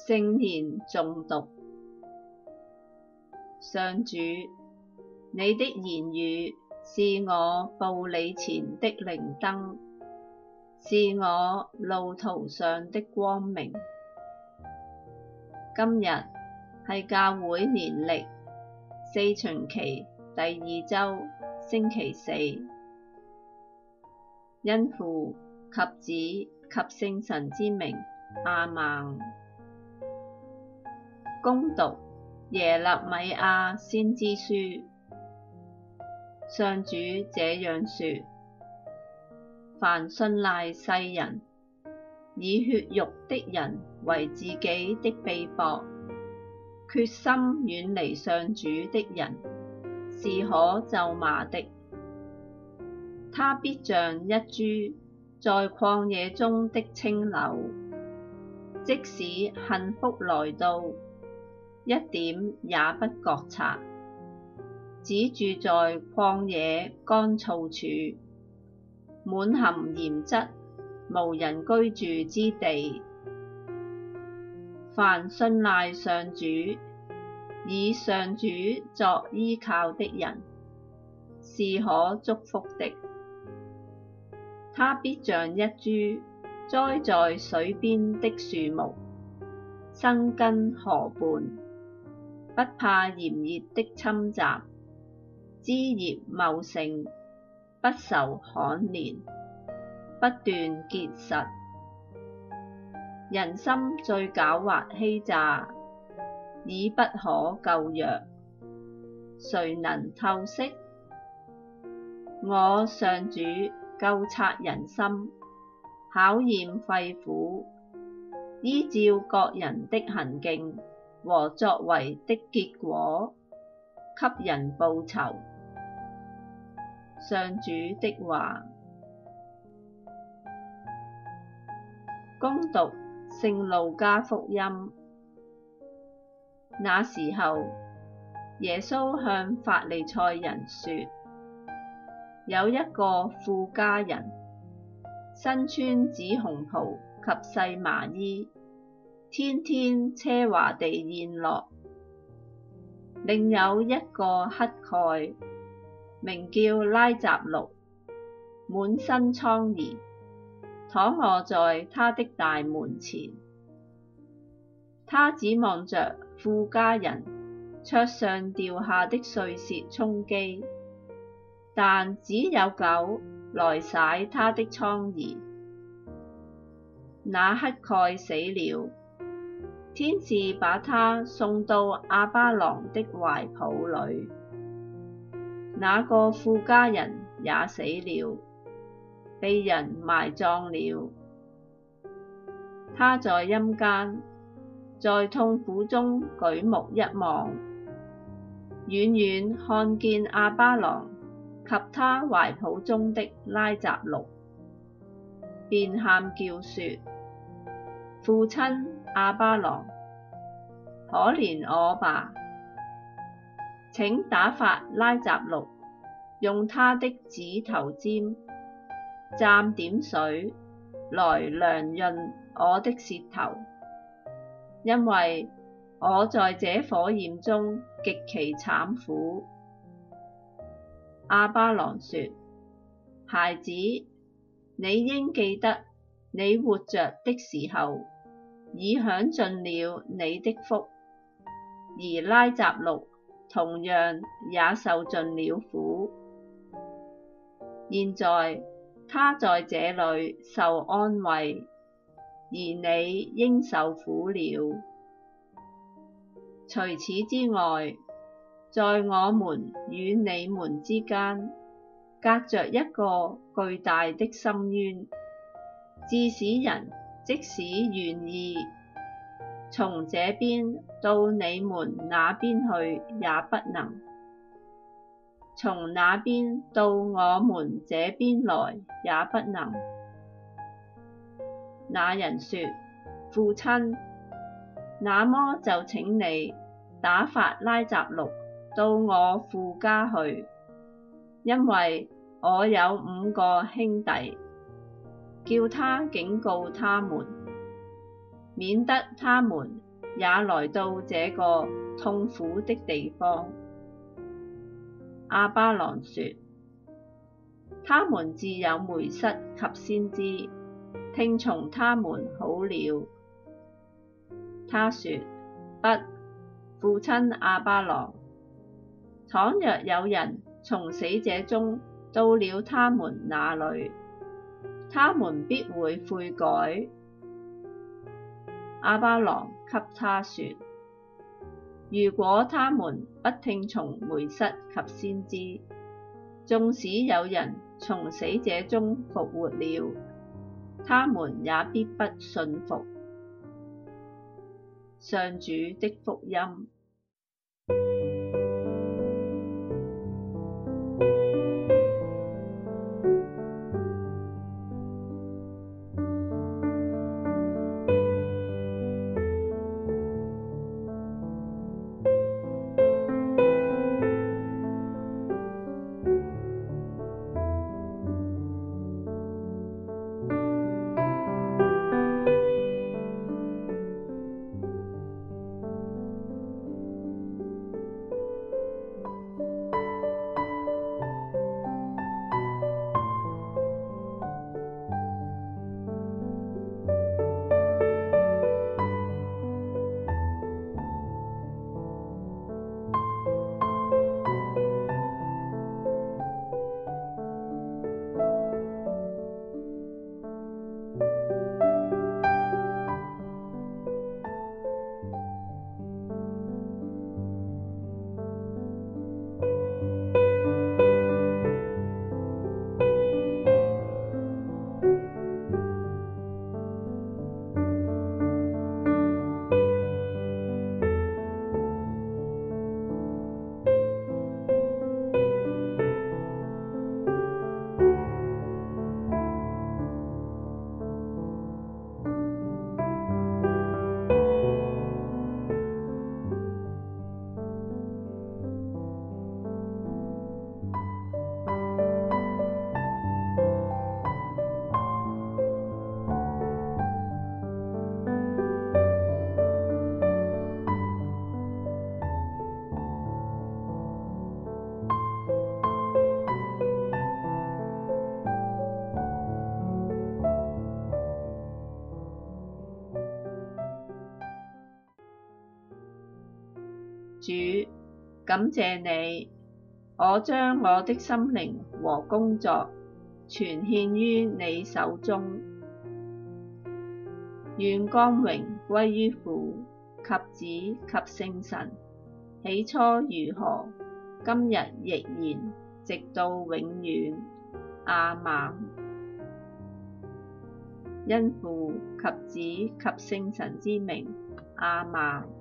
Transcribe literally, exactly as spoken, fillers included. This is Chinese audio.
聖言誦讀。上主，你的言語是我步履前的靈燈，是我路途上的光明。今日係教會年曆四旬期第二周星期四，因父及子及聖神之名，阿們。恭讀耶肋米亞先知書。上主這樣說：凡信賴世人，以血肉的人為自己的臂膊，決心遠離上主的人，是可咒罵的。他必像一株在曠野中的青柳，即使幸福來到，一點也不覺察，只住在曠野乾燥處，滿含鹽質，無人居住之地。凡信賴上主，以上主作依靠的人，是可祝福的。他必像一株栽在水邊的樹木，生根河畔，不怕炎熱的侵襲，枝葉茂盛，不受旱年，不斷結實。人心最狡猾欺詐，已不可救藥，誰能透析？我上主究察人心，考驗肺腑，依照各人的行徑和作為的結果，給人報酬。上主的話。恭讀聖路加福音。那時候，耶穌向法利賽人說：有一個富家人，身穿紫紅袍及細麻衣，天天奢華地宴樂。另有一個乞丐，名叫拉匝祿，滿身瘡痍，躺臥在他的大門前。他指望着富家人桌上掉下的碎屑充飢，但只有狗來舐他的瘡痍。那乞丐死了，天使把他送到亞巴郎的懷抱裡。那個富家人也死了，被人埋葬了。他在陰間，在痛苦中舉目一望，遠遠看見亞巴郎及他懷抱中的拉匝祿，便喊叫說：父親亞巴郎，可憐我吧！請打發拉匝祿用他的指頭尖蘸點水來涼潤我的舌頭，因為我在這火焰中極其慘苦。亞巴郎說：孩子，你應記得你活着的時候，已享盡了你的福，而拉匝祿同樣也受盡了苦。現在他在這裡受安慰，而你應受苦了。除此之外，在我們與你們之間，隔着一個巨大的深淵，致使人即使願意從這邊到你們那邊去，也不能；從那邊到我們這邊來，也不能。那人說：父親，那麼就請你打發拉匝祿到我父家去，因為我有五個兄弟，叫他警告他們，免得他們也來到這個痛苦的地方。亞巴郎說：他們自有梅瑟及先知，聽從他們好了。他說：不，父親亞巴郎，倘若有人從死者中到了他們那裏，他們必會悔改。亞巴郎給他說：如果他們不聽從梅瑟及先知，縱使有人從死者中復活了，他們也必不信服。上主的福音。主，感謝你，我將我的心靈和工作全獻於你手中。願光榮歸於父及子及聖神，起初如何，今日亦然，直到永遠。阿們。因父及子及聖神之名。阿們。